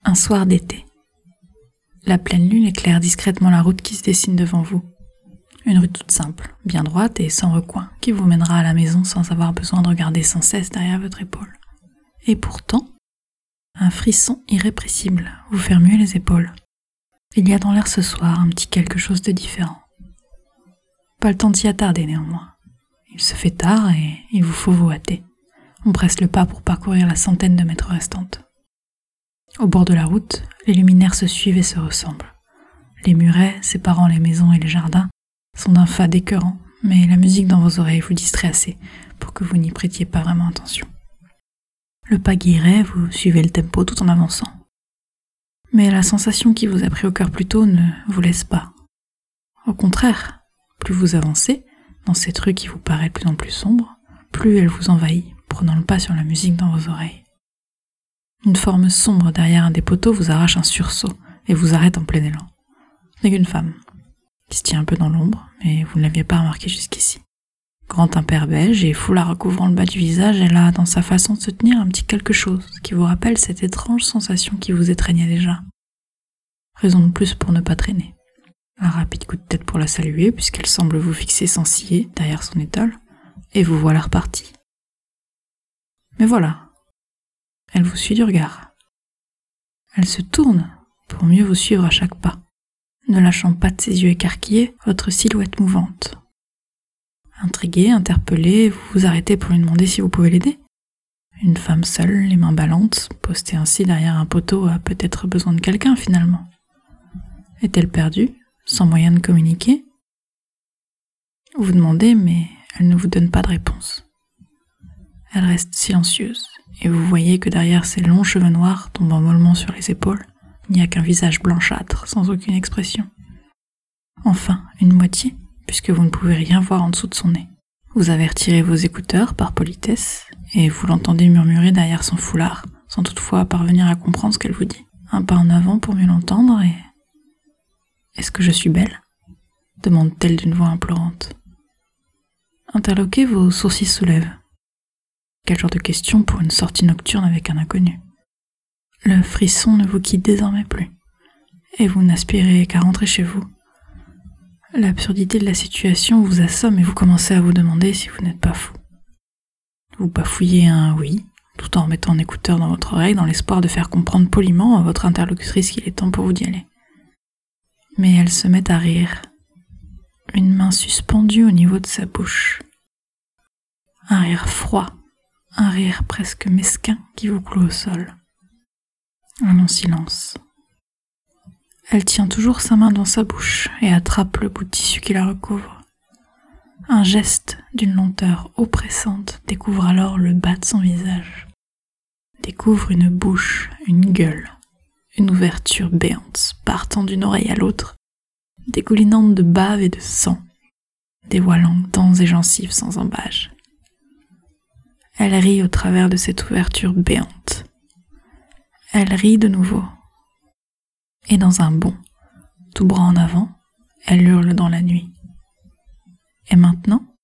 Un soir d'été. La pleine lune éclaire discrètement la route qui se dessine devant vous. Une rue toute simple, bien droite et sans recoin, qui vous mènera à la maison sans avoir besoin de regarder sans cesse derrière votre épaule. Et pourtant, un frisson irrépressible vous fait remuer les épaules. Il y a dans l'air ce soir un petit quelque chose de différent. Pas le temps de s'y attarder néanmoins. Il se fait tard et il vous faut vous hâter. On presse le pas pour parcourir la centaine de mètres restantes. Au bord de la route, les luminaires se suivent et se ressemblent. Les murets, séparant les maisons et les jardins, sont d'un fade écœurant, mais la musique dans vos oreilles vous distrait assez pour que vous n'y prêtiez pas vraiment attention. Le pas guilleret, vous suivez le tempo tout en avançant. Mais la sensation qui vous a pris au cœur plus tôt ne vous laisse pas. Au contraire, plus vous avancez, dans cette rue qui vous paraît de plus en plus sombre, plus elle vous envahit, prenant le pas sur la musique dans vos oreilles. Une forme sombre derrière un des poteaux vous arrache un sursaut et vous arrête en plein élan. C'est une femme, qui se tient un peu dans l'ombre, mais vous ne l'aviez pas remarqué jusqu'ici. Grand impair beige et foulard recouvrant le bas du visage, elle a dans sa façon de se tenir un petit quelque chose qui vous rappelle cette étrange sensation qui vous étreignait déjà. Raison de plus pour ne pas traîner. Un rapide coup de tête pour la saluer, puisqu'elle semble vous fixer sans ciller derrière son étole, et vous voilà reparti. Mais voilà. Elle vous suit du regard. Elle se tourne pour mieux vous suivre à chaque pas, ne lâchant pas de ses yeux écarquillés votre silhouette mouvante. Intrigué, interpellé, vous vous arrêtez pour lui demander si vous pouvez l'aider. Une femme seule, les mains ballantes, postée ainsi derrière un poteau, a peut-être besoin de quelqu'un finalement. Est-elle perdue, sans moyen de communiquer ? Vous demandez, mais elle ne vous donne pas de réponse. Elle reste silencieuse, et vous voyez que derrière ses longs cheveux noirs tombant mollement sur les épaules, il n'y a qu'un visage blanchâtre, sans aucune expression. Enfin, une moitié, puisque vous ne pouvez rien voir en dessous de son nez. Vous avez retiré vos écouteurs par politesse, et vous l'entendez murmurer derrière son foulard, sans toutefois parvenir à comprendre ce qu'elle vous dit. Un pas en avant pour mieux l'entendre, et... « Est-ce que je suis belle ?» demande-t-elle d'une voix implorante. Interloqué, vos sourcils se soulèvent. Quel genre de question pour une sortie nocturne avec un inconnu ? Le frisson ne vous quitte désormais plus, et vous n'aspirez qu'à rentrer chez vous. L'absurdité de la situation vous assomme et vous commencez à vous demander si vous n'êtes pas fou. Vous bafouillez un oui, tout en remettant un écouteur dans votre oreille dans l'espoir de faire comprendre poliment à votre interlocutrice qu'il est temps pour vous d'y aller. Mais elle se met à rire, une main suspendue au niveau de sa bouche. Un rire froid, un rire presque mesquin qui vous cloue au sol. Un long silence. Elle tient toujours sa main dans sa bouche et attrape le bout de tissu qui la recouvre. Un geste d'une lenteur oppressante découvre alors le bas de son visage. Découvre une bouche, une gueule, une ouverture béante partant d'une oreille à l'autre, dégoulinante de bave et de sang, dévoilant dents et gencives sans embâge. Elle rit au travers de cette ouverture béante. Elle rit de nouveau. Et dans un bond, tout bras en avant, elle hurle dans la nuit. Et maintenant,